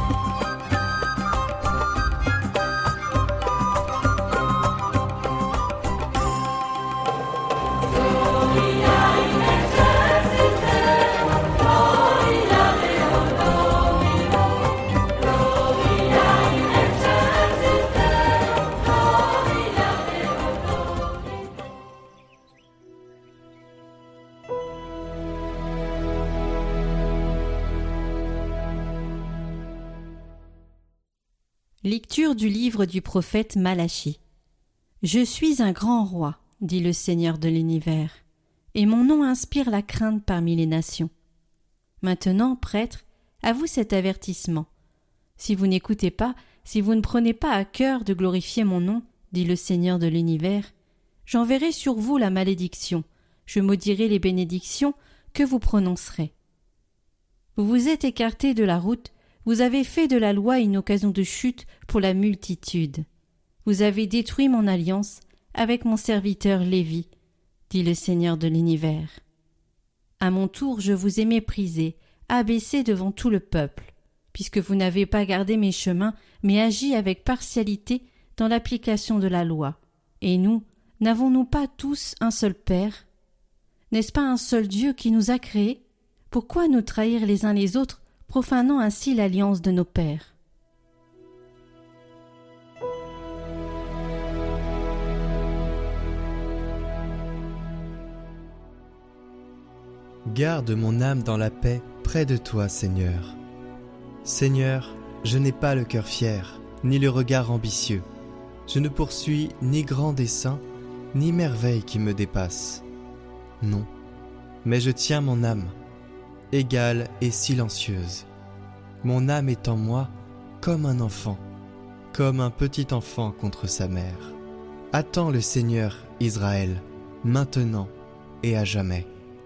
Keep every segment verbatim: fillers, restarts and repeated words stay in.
Lecture du livre du prophète Malachie. Je suis un grand roi, dit le Seigneur de l'univers, et mon nom inspire la crainte parmi les nations. Maintenant, prêtres, à vous cet avertissement. Si vous n'écoutez pas, si vous ne prenez pas à cœur de glorifier mon nom, dit le Seigneur de l'univers, j'enverrai sur vous la malédiction, je maudirai les bénédictions que vous prononcerez. Vous vous êtes écartés de la route, vous avez fait de la loi une occasion de chute pour la multitude. Vous avez détruit mon alliance avec mon serviteur Lévi, dit le Seigneur de l'univers. À mon tour, je vous ai méprisé, abaissé devant tout le peuple, puisque vous n'avez pas gardé mes chemins, mais agi avec partialité dans l'application de la loi. Et nous, n'avons-nous pas tous un seul Père? N'est-ce pas un seul Dieu qui nous a créés? Pourquoi nous trahir les uns les autres, profanant ainsi l'alliance de nos pères? Garde mon âme dans la paix près de toi, Seigneur. Seigneur, je n'ai pas le cœur fier, ni le regard ambitieux. Je ne poursuis ni grand dessein, ni merveille qui me dépasse. Non, mais je tiens mon âme, égale et silencieuse. Mon âme est en moi comme un enfant, comme un petit enfant contre sa mère. Attends le Seigneur, Israël, maintenant et à jamais.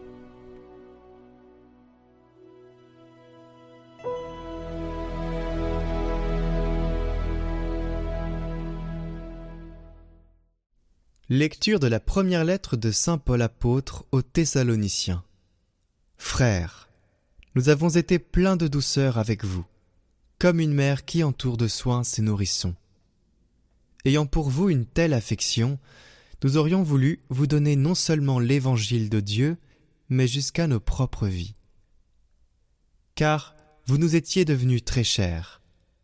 Lecture de la première lettre de saint Paul apôtre aux Thessaloniciens. Frères, nous avons été pleins de douceur avec vous, comme une mère qui entoure de soins ses nourrissons. Ayant pour vous une telle affection, nous aurions voulu vous donner non seulement l'évangile de Dieu, mais jusqu'à nos propres vies. Car vous nous étiez devenus très chers.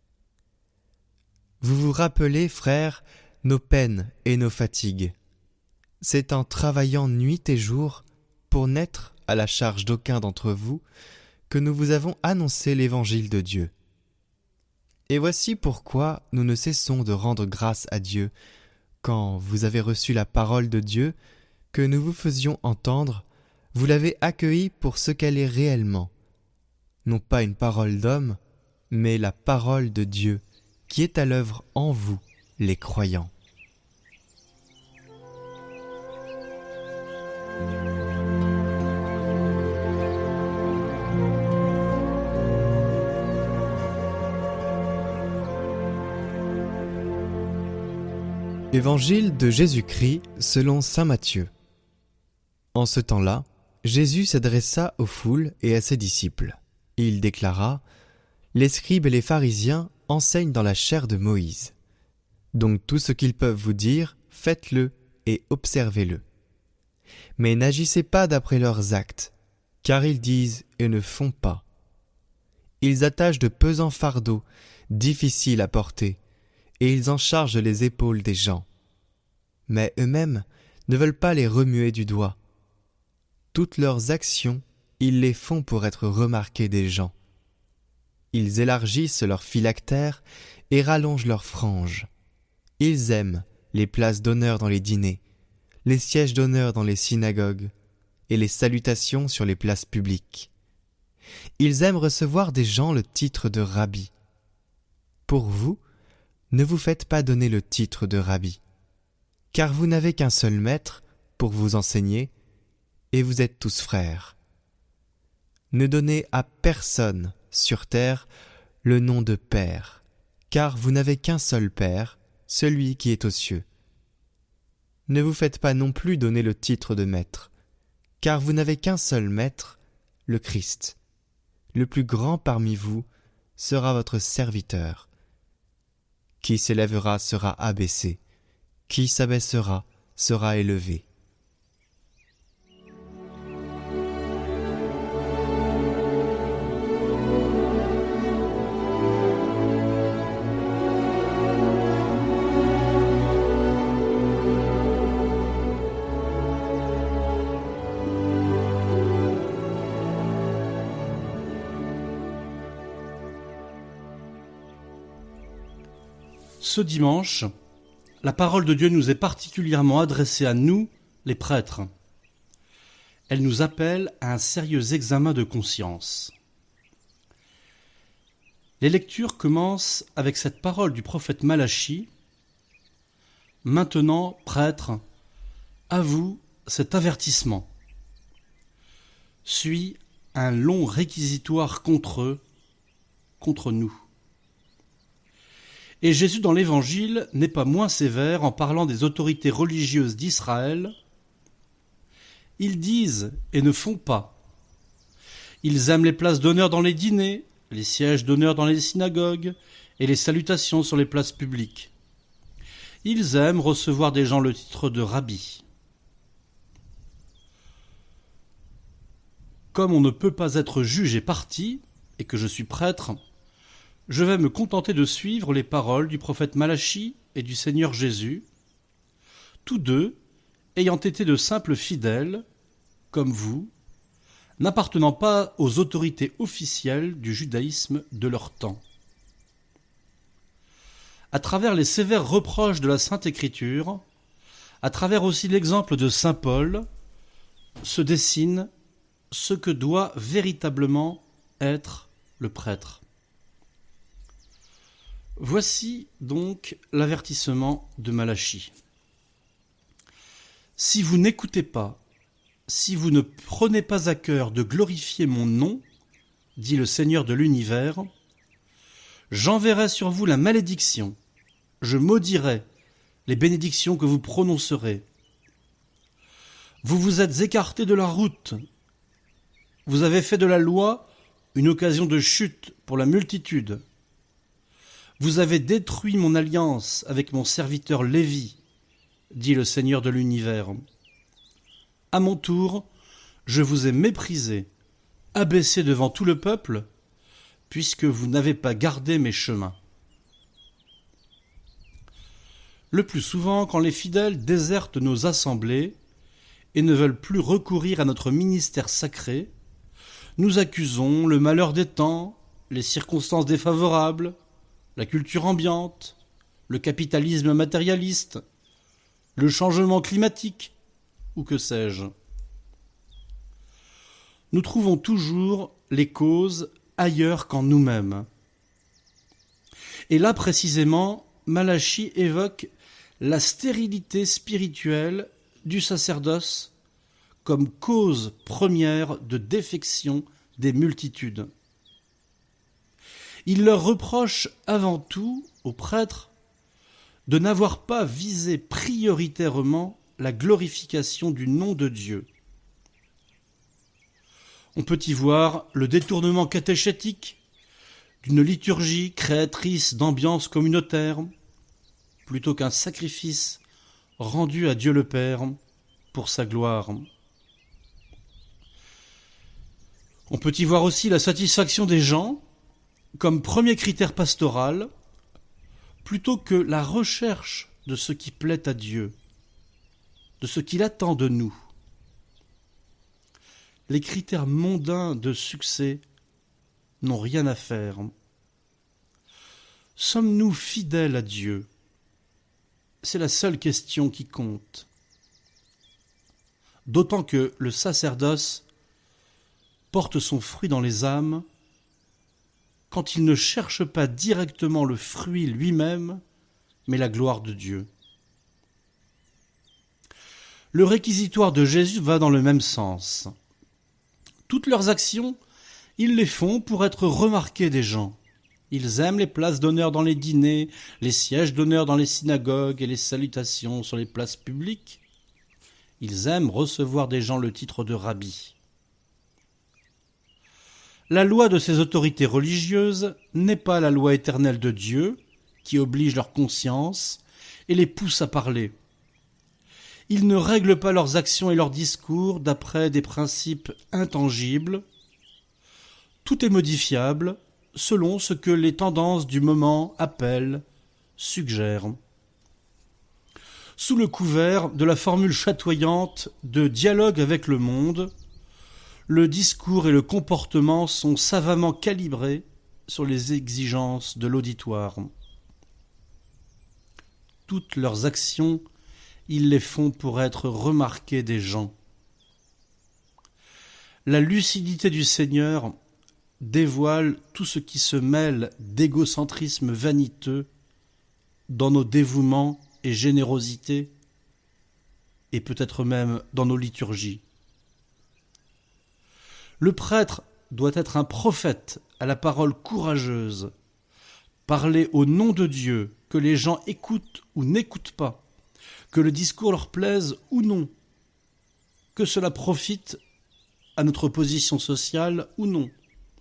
Vous vous rappelez, frères, nos peines et nos fatigues. C'est en travaillant nuit et jour pour n'être à la charge d'aucun d'entre vous que nous vous avons annoncé l'évangile de Dieu. Et voici pourquoi nous ne cessons de rendre grâce à Dieu quand vous avez reçu la parole de Dieu que nous vous faisions entendre, vous l'avez accueillie pour ce qu'elle est réellement, non pas une parole d'homme, mais la parole de Dieu qui est à l'œuvre en vous, les croyants. Évangile de Jésus-Christ selon saint Matthieu. En ce temps-là, Jésus s'adressa aux foules et à ses disciples. Il déclara : « Les scribes et les pharisiens enseignent dans la chair de Moïse. Donc tout ce qu'ils peuvent vous dire, faites-le et observez-le. Mais n'agissez pas d'après leurs actes, car ils disent et ne font pas. Ils attachent de pesants fardeaux, difficiles à porter, et ils en chargent les épaules des gens. Mais eux-mêmes ne veulent pas les remuer du doigt. Toutes leurs actions, ils les font pour être remarqués des gens. Ils élargissent leurs phylactères et rallongent leurs franges. Ils aiment les places d'honneur dans les dîners, les sièges d'honneur dans les synagogues et les salutations sur les places publiques. Ils aiment recevoir des gens le titre de rabbi. Pour vous, ne vous faites pas donner le titre de rabbi, car vous n'avez qu'un seul maître pour vous enseigner, et vous êtes tous frères. Ne donnez à personne sur terre le nom de Père, car vous n'avez qu'un seul Père, celui qui est aux cieux. Ne vous faites pas non plus donner le titre de Maître, car vous n'avez qu'un seul Maître, le Christ. Le plus grand parmi vous sera votre serviteur. Qui s'élèvera sera abaissé, qui s'abaissera sera élevé. Ce dimanche, la parole de Dieu nous est particulièrement adressée à nous, les prêtres. Elle nous appelle à un sérieux examen de conscience. Les lectures commencent avec cette parole du prophète Malachie. « Maintenant, prêtres, à vous cet avertissement. Suit un long réquisitoire contre eux, contre nous. » Et Jésus dans l'Évangile n'est pas moins sévère en parlant des autorités religieuses d'Israël. Ils disent et ne font pas. Ils aiment les places d'honneur dans les dîners, les sièges d'honneur dans les synagogues et les salutations sur les places publiques. Ils aiment recevoir des gens le titre de rabbi. Comme on ne peut pas être juge et partie, et que je suis prêtre, je vais me contenter de suivre les paroles du prophète Malachie et du Seigneur Jésus, tous deux ayant été de simples fidèles, comme vous, n'appartenant pas aux autorités officielles du judaïsme de leur temps. À travers les sévères reproches de la Sainte Écriture, à travers aussi l'exemple de saint Paul, se dessine ce que doit véritablement être le prêtre. Voici donc l'avertissement de Malachie. Si vous n'écoutez pas, si vous ne prenez pas à cœur de glorifier mon nom, dit le Seigneur de l'univers, j'enverrai sur vous la malédiction, je maudirai les bénédictions que vous prononcerez. Vous vous êtes écartés de la route, vous avez fait de la loi une occasion de chute pour la multitude. Vous avez détruit mon alliance avec mon serviteur Lévi, dit le Seigneur de l'univers. À mon tour, je vous ai méprisé, abaissé devant tout le peuple, puisque vous n'avez pas gardé mes chemins. Le plus souvent, quand les fidèles désertent nos assemblées et ne veulent plus recourir à notre ministère sacré, nous accusons le malheur des temps, les circonstances défavorables, la culture ambiante, le capitalisme matérialiste, le changement climatique, ou que sais-je. Nous trouvons toujours les causes ailleurs qu'en nous-mêmes. Et là, précisément, Malachie évoque la stérilité spirituelle du sacerdoce comme cause première de défection des multitudes. Il leur reproche avant tout, aux prêtres, de n'avoir pas visé prioritairement la glorification du nom de Dieu. On peut y voir le détournement catéchétique d'une liturgie créatrice d'ambiance communautaire, plutôt qu'un sacrifice rendu à Dieu le Père pour sa gloire. On peut y voir aussi la satisfaction des gens comme premier critère pastoral, plutôt que la recherche de ce qui plaît à Dieu, de ce qu'il attend de nous. Les critères mondains de succès n'ont rien à faire. Sommes-nous fidèles à Dieu ? C'est la seule question qui compte. D'autant que le sacerdoce porte son fruit dans les âmes quand il ne cherche pas directement le fruit lui-même, mais la gloire de Dieu. Le réquisitoire de Jésus va dans le même sens. Toutes leurs actions, ils les font pour être remarqués des gens. Ils aiment les places d'honneur dans les dîners, les sièges d'honneur dans les synagogues et les salutations sur les places publiques. Ils aiment recevoir des gens le titre de rabbi. La loi de ces autorités religieuses n'est pas la loi éternelle de Dieu, qui oblige leur conscience et les pousse à parler. Ils ne règlent pas leurs actions et leurs discours d'après des principes intangibles. Tout est modifiable selon ce que les tendances du moment appellent, suggèrent. Sous le couvert de la formule chatoyante de dialogue avec le monde, le discours et le comportement sont savamment calibrés sur les exigences de l'auditoire. Toutes leurs actions, ils les font pour être remarqués des gens. La lucidité du Seigneur dévoile tout ce qui se mêle d'égocentrisme vaniteux dans nos dévouements et générosités, et peut-être même dans nos liturgies. Le prêtre doit être un prophète à la parole courageuse, parler au nom de Dieu, que les gens écoutent ou n'écoutent pas, que le discours leur plaise ou non, que cela profite à notre position sociale ou non.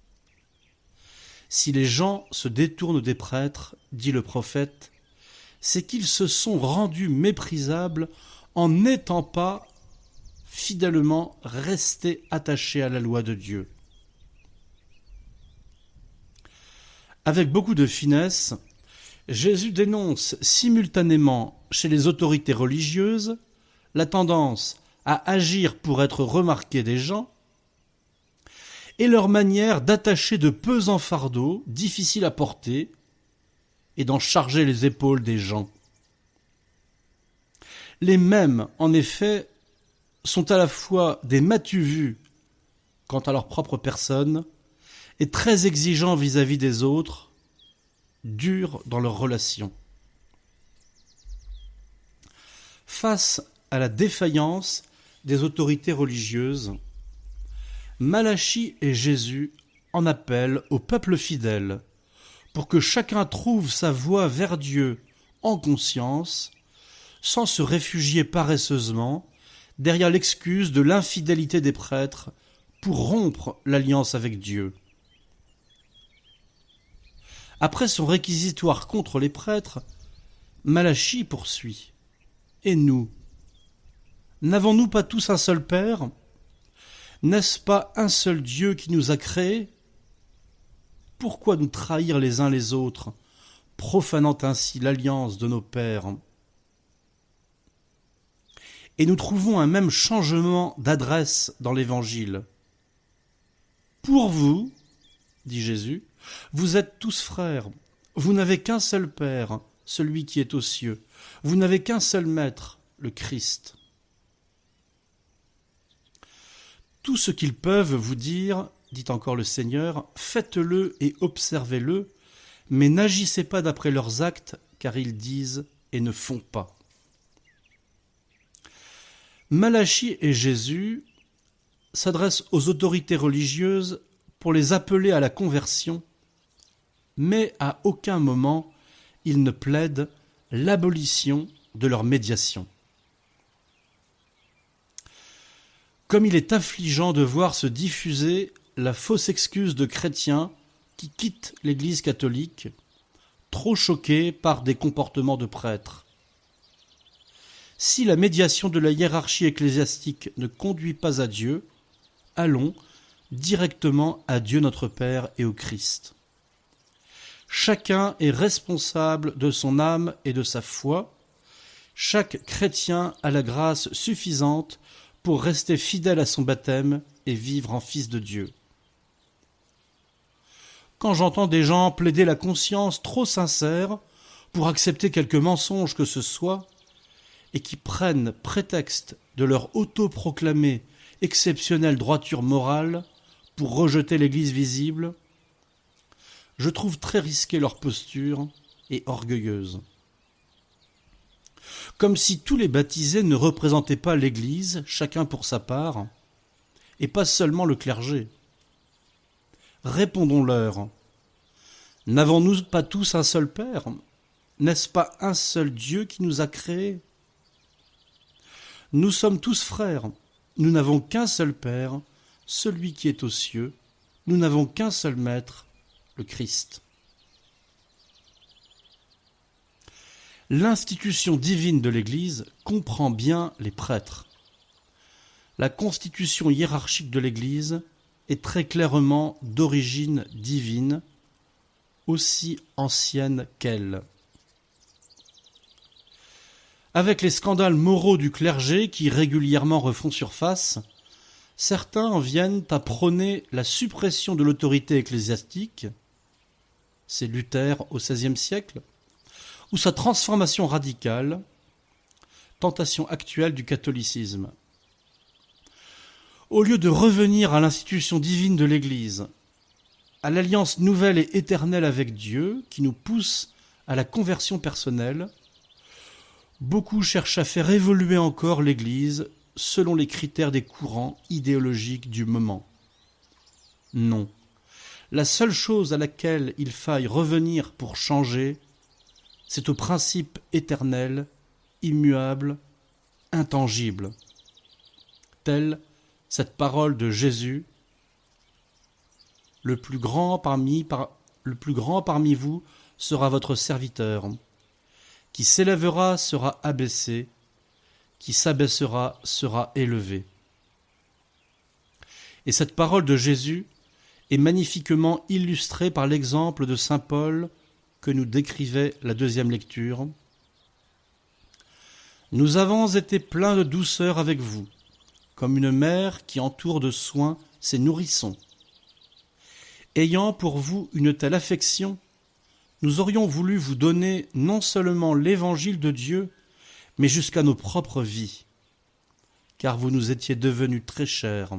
Si les gens se détournent des prêtres, dit le prophète, c'est qu'ils se sont rendus méprisables en n'étant pas fidèlement restés attachés à la loi de Dieu. Avec beaucoup de finesse, Jésus dénonce simultanément chez les autorités religieuses la tendance à agir pour être remarqués des gens et leur manière d'attacher de pesants fardeaux difficiles à porter et d'en charger les épaules des gens. Les mêmes, en effet, sont à la fois des m'as-tu-vu quant à leur propre personne et très exigeants vis-à-vis des autres, durs dans leurs relations. Face à la défaillance des autorités religieuses, Malachie et Jésus en appellent au peuple fidèle pour que chacun trouve sa voie vers Dieu en conscience, sans se réfugier paresseusement derrière l'excuse de l'infidélité des prêtres pour rompre l'alliance avec Dieu. Après son réquisitoire contre les prêtres, Malachie poursuit. « Et nous, n'avons-nous pas tous un seul Père ? N'est-ce pas un seul Dieu qui nous a créés ? Pourquoi nous trahir les uns les autres, profanant ainsi l'alliance de nos pères ? Et nous trouvons un même changement d'adresse dans l'Évangile. Pour vous, dit Jésus, vous êtes tous frères, vous n'avez qu'un seul Père, celui qui est aux cieux, vous n'avez qu'un seul Maître, le Christ. Tout ce qu'ils peuvent vous dire, dit encore le Seigneur, faites-le et observez-le, mais n'agissez pas d'après leurs actes, car ils disent et ne font pas. Malachie et Jésus s'adressent aux autorités religieuses pour les appeler à la conversion, mais à aucun moment ils ne plaident l'abolition de leur médiation. Comme il est affligeant de voir se diffuser la fausse excuse de chrétiens qui quittent l'Église catholique, trop choqués par des comportements de prêtres. Si la médiation de la hiérarchie ecclésiastique ne conduit pas à Dieu, allons directement à Dieu notre Père et au Christ. Chacun est responsable de son âme et de sa foi. Chaque chrétien a la grâce suffisante pour rester fidèle à son baptême et vivre en fils de Dieu. Quand j'entends des gens plaider la conscience trop sincère pour accepter quelque mensonge que ce soit, et qui prennent prétexte de leur autoproclamée exceptionnelle droiture morale pour rejeter l'Église visible, je trouve très risquée leur posture et orgueilleuse. Comme si tous les baptisés ne représentaient pas l'Église, chacun pour sa part, et pas seulement le clergé. Répondons-leur. N'avons-nous pas tous un seul Père ? N'est-ce pas un seul Dieu qui nous a créés ? Nous sommes tous frères, nous n'avons qu'un seul Père, celui qui est aux cieux, nous n'avons qu'un seul maître, le Christ. L'institution divine de l'Église comprend bien les prêtres. La constitution hiérarchique de l'Église est très clairement d'origine divine, aussi ancienne qu'elle. Avec les scandales moraux du clergé qui régulièrement refont surface, certains en viennent à prôner la suppression de l'autorité ecclésiastique, c'est Luther au seizième siècle, ou sa transformation radicale, tentation actuelle du catholicisme. Au lieu de revenir à l'institution divine de l'Église, à l'alliance nouvelle et éternelle avec Dieu qui nous pousse à la conversion personnelle, beaucoup cherchent à faire évoluer encore l'Église selon les critères des courants idéologiques du moment. Non. La seule chose à laquelle il faille revenir pour changer, c'est au principe éternel, immuable, intangible. Telle cette parole de Jésus, le plus grand parmi, par, le plus grand parmi vous sera votre serviteur. Qui s'élèvera sera abaissé, qui s'abaissera sera élevé. Et cette parole de Jésus est magnifiquement illustrée par l'exemple de saint Paul que nous décrivait la deuxième lecture. Nous avons été pleins de douceur avec vous, comme une mère qui entoure de soins ses nourrissons. Ayant pour vous une telle affection, nous aurions voulu vous donner non seulement l'évangile de Dieu, mais jusqu'à nos propres vies, car vous nous étiez devenus très chers.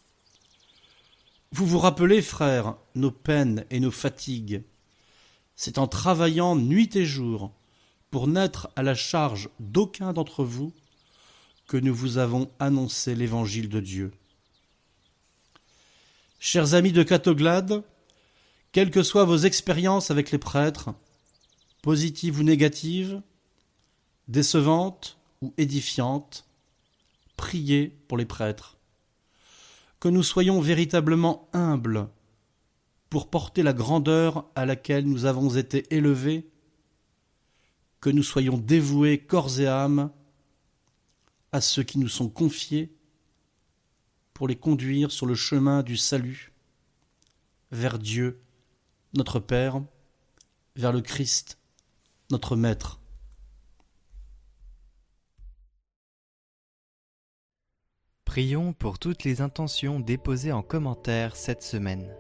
Vous vous rappelez, frères, nos peines et nos fatigues. C'est en travaillant nuit et jour pour n'être à la charge d'aucun d'entre vous que nous vous avons annoncé l'évangile de Dieu. Chers amis de Catoglade, quelles que soient vos expériences avec les prêtres, positives ou négatives, décevantes ou édifiantes, priez pour les prêtres. Que nous soyons véritablement humbles pour porter la grandeur à laquelle nous avons été élevés, que nous soyons dévoués corps et âme à ceux qui nous sont confiés pour les conduire sur le chemin du salut, vers Dieu, notre Père, vers le Christ, notre Maître. Prions pour toutes les intentions déposées en commentaire cette semaine.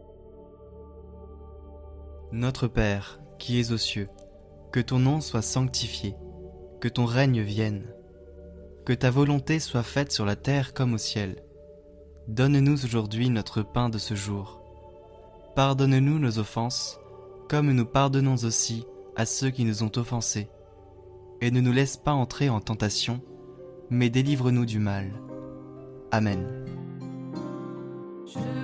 Notre Père, qui es aux cieux, que ton nom soit sanctifié, que ton règne vienne, que ta volonté soit faite sur la terre comme au ciel. Donne-nous aujourd'hui notre pain de ce jour. Pardonne-nous nos offenses, comme nous pardonnons aussi à ceux qui nous ont offensés. Et ne nous laisse pas entrer en tentation, mais délivre-nous du mal. Amen. Je